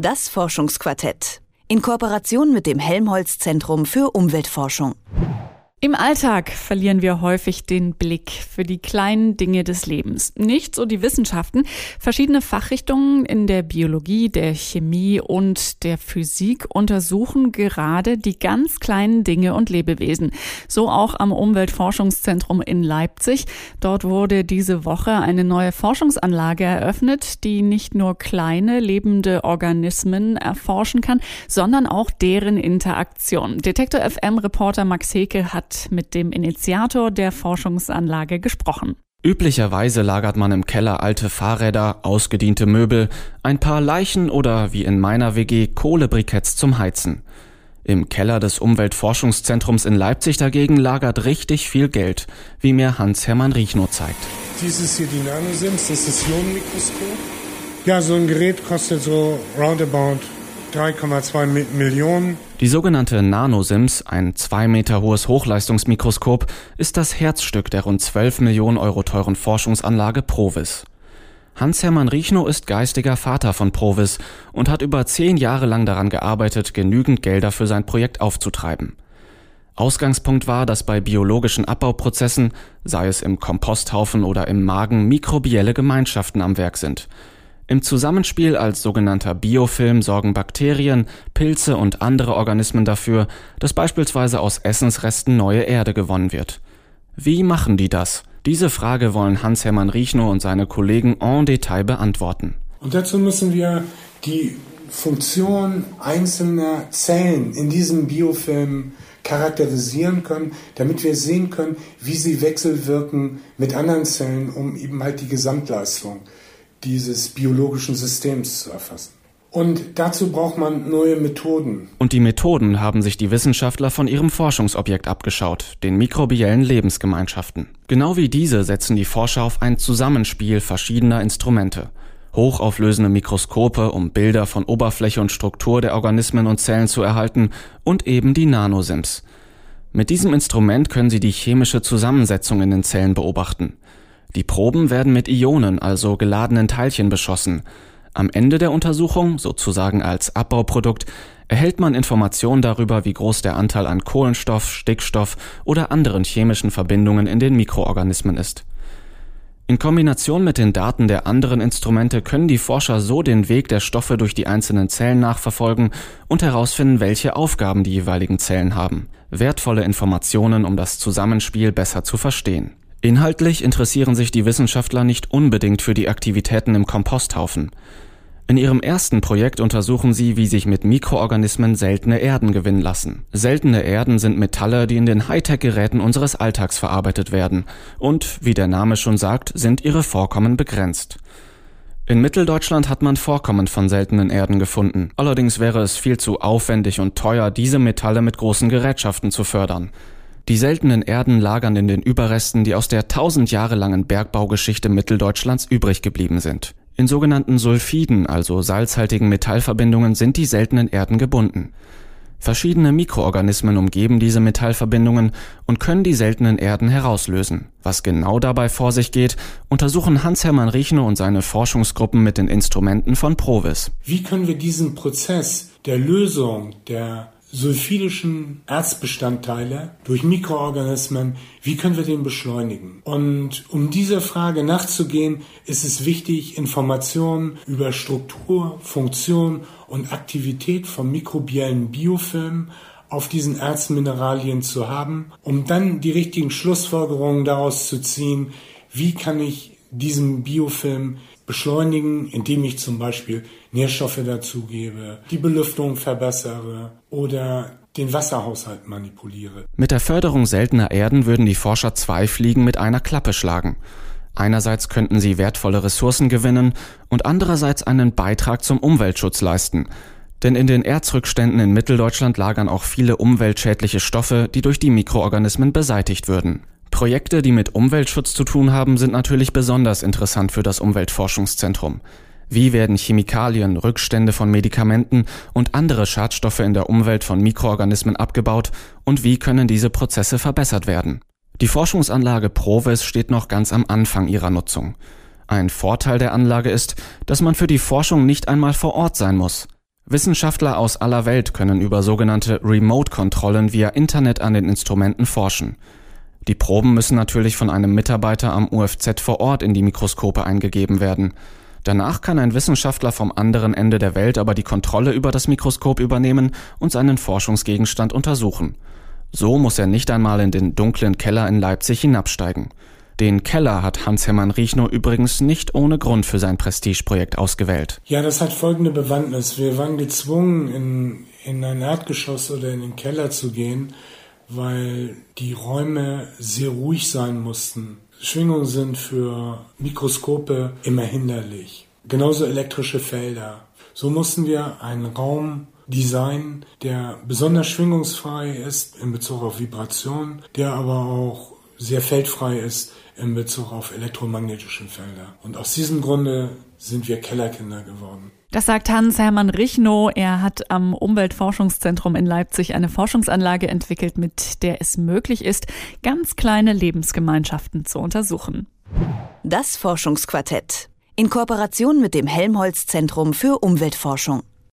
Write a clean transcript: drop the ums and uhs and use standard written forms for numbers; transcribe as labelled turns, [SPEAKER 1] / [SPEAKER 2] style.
[SPEAKER 1] Das Forschungsquartett. In Kooperation mit dem Helmholtz-Zentrum für Umweltforschung.
[SPEAKER 2] Im Alltag verlieren wir häufig den Blick für die kleinen Dinge des Lebens. Nicht so die Wissenschaften. Verschiedene Fachrichtungen in der Biologie, der Chemie und der Physik untersuchen gerade die ganz kleinen Dinge und Lebewesen. So auch am Umweltforschungszentrum in Leipzig. Dort wurde diese Woche eine neue Forschungsanlage eröffnet, die nicht nur kleine lebende Organismen erforschen kann, sondern auch deren Interaktion. Detektor FM-Reporter Max Heke hat mit dem Initiator der Forschungsanlage gesprochen.
[SPEAKER 3] Üblicherweise lagert man im Keller alte Fahrräder, ausgediente Möbel, ein paar Leichen oder, wie in meiner WG, Kohlebriketts zum Heizen. Im Keller des Umweltforschungszentrums in Leipzig dagegen lagert richtig viel Geld, wie mir Hans-Hermann Riechnow zeigt.
[SPEAKER 4] Dies ist hier die NanoSims, das ist das Ionenmikroskop. Ja, so ein Gerät kostet so roundabout 3,2 Millionen.
[SPEAKER 3] Die sogenannte NanoSims, ein 2 Meter hohes Hochleistungsmikroskop, ist das Herzstück der rund 12 Millionen Euro teuren Forschungsanlage PROVIS. Hans-Hermann Riechnow ist geistiger Vater von PROVIS und hat über 10 Jahre lang daran gearbeitet, genügend Gelder für sein Projekt aufzutreiben. Ausgangspunkt war, dass bei biologischen Abbauprozessen, sei es im Komposthaufen oder im Magen, mikrobielle Gemeinschaften am Werk sind. Im Zusammenspiel als sogenannter Biofilm sorgen Bakterien, Pilze und andere Organismen dafür, dass beispielsweise aus Essensresten neue Erde gewonnen wird. Wie machen die das? Diese Frage wollen Hans-Hermann Riechnow und seine Kollegen en Detail beantworten.
[SPEAKER 4] Und dazu müssen wir die Funktion einzelner Zellen in diesem Biofilm charakterisieren können, damit wir sehen können, wie sie wechselwirken mit anderen Zellen, um eben halt die Gesamtleistung dieses biologischen Systems zu erfassen. Und dazu braucht man neue Methoden.
[SPEAKER 3] Und die Methoden haben sich die Wissenschaftler von ihrem Forschungsobjekt abgeschaut, den mikrobiellen Lebensgemeinschaften. Genau wie diese setzen die Forscher auf ein Zusammenspiel verschiedener Instrumente. Hochauflösende Mikroskope, um Bilder von Oberfläche und Struktur der Organismen und Zellen zu erhalten, und eben die NanoSims. Mit diesem Instrument können sie die chemische Zusammensetzung in den Zellen beobachten. Die Proben werden mit Ionen, also geladenen Teilchen, beschossen. Am Ende der Untersuchung, sozusagen als Abbauprodukt, erhält man Informationen darüber, wie groß der Anteil an Kohlenstoff, Stickstoff oder anderen chemischen Verbindungen in den Mikroorganismen ist. In Kombination mit den Daten der anderen Instrumente können die Forscher so den Weg der Stoffe durch die einzelnen Zellen nachverfolgen und herausfinden, welche Aufgaben die jeweiligen Zellen haben. Wertvolle Informationen, um das Zusammenspiel besser zu verstehen. Inhaltlich interessieren sich die Wissenschaftler nicht unbedingt für die Aktivitäten im Komposthaufen. In ihrem ersten Projekt untersuchen sie, wie sich mit Mikroorganismen seltene Erden gewinnen lassen. Seltene Erden sind Metalle, die in den Hightech-Geräten unseres Alltags verarbeitet werden und, wie der Name schon sagt, sind ihre Vorkommen begrenzt. In Mitteldeutschland hat man Vorkommen von seltenen Erden gefunden. Allerdings wäre es viel zu aufwendig und teuer, diese Metalle mit großen Gerätschaften zu fördern. Die seltenen Erden lagern in den Überresten, die aus der 1000 Jahre langen Bergbaugeschichte Mitteldeutschlands übrig geblieben sind. In sogenannten Sulfiden, also salzhaltigen Metallverbindungen, sind die seltenen Erden gebunden. Verschiedene Mikroorganismen umgeben diese Metallverbindungen und können die seltenen Erden herauslösen. Was genau dabei vor sich geht, untersuchen Hans-Hermann Riechnow und seine Forschungsgruppen mit den Instrumenten von PROVIS.
[SPEAKER 4] Wie können wir diesen Prozess der Lösung der sulfidischen Erzbestandteile durch Mikroorganismen, wie können wir den beschleunigen? Und um dieser Frage nachzugehen, ist es wichtig, Informationen über Struktur, Funktion und Aktivität von mikrobiellen Biofilmen auf diesen Erzmineralien zu haben, um dann die richtigen Schlussfolgerungen daraus zu ziehen, wie kann ich diesen Biofilm beschleunigen, indem ich zum Beispiel Nährstoffe dazugebe, die Belüftung verbessere oder den Wasserhaushalt manipuliere.
[SPEAKER 3] Mit der Förderung seltener Erden würden die Forscher 2 Fliegen mit einer Klappe schlagen. Einerseits könnten sie wertvolle Ressourcen gewinnen und andererseits einen Beitrag zum Umweltschutz leisten. Denn in den Erzrückständen in Mitteldeutschland lagern auch viele umweltschädliche Stoffe, die durch die Mikroorganismen beseitigt würden. Projekte, die mit Umweltschutz zu tun haben, sind natürlich besonders interessant für das Umweltforschungszentrum. Wie werden Chemikalien, Rückstände von Medikamenten und andere Schadstoffe in der Umwelt von Mikroorganismen abgebaut und wie können diese Prozesse verbessert werden? Die Forschungsanlage PROVIS steht noch ganz am Anfang ihrer Nutzung. Ein Vorteil der Anlage ist, dass man für die Forschung nicht einmal vor Ort sein muss. Wissenschaftler aus aller Welt können über sogenannte Remote-Kontrollen via Internet an den Instrumenten forschen. Die Proben müssen natürlich von einem Mitarbeiter am UFZ vor Ort in die Mikroskope eingegeben werden. Danach kann ein Wissenschaftler vom anderen Ende der Welt aber die Kontrolle über das Mikroskop übernehmen und seinen Forschungsgegenstand untersuchen. So muss er nicht einmal in den dunklen Keller in Leipzig hinabsteigen. Den Keller hat Hans-Hermann Riechnow übrigens nicht ohne Grund für sein Prestigeprojekt ausgewählt.
[SPEAKER 4] Ja, das hat folgende Bewandtnis. Wir waren gezwungen, in ein Erdgeschoss oder in den Keller zu gehen, weil die Räume sehr ruhig sein mussten. Schwingungen sind für Mikroskope immer hinderlich. Genauso elektrische Felder. So mussten wir einen Raum designen, der besonders schwingungsfrei ist in Bezug auf Vibration, der aber auch sehr feldfrei ist in Bezug auf elektromagnetische Felder. Und aus diesem Grunde sind wir Kellerkinder geworden.
[SPEAKER 2] Das sagt Hans-Hermann Riechnow. Er hat am Umweltforschungszentrum in Leipzig eine Forschungsanlage entwickelt, mit der es möglich ist, ganz kleine Lebensgemeinschaften zu untersuchen.
[SPEAKER 1] Das Forschungsquartett in Kooperation mit dem Helmholtz Zentrum für Umweltforschung.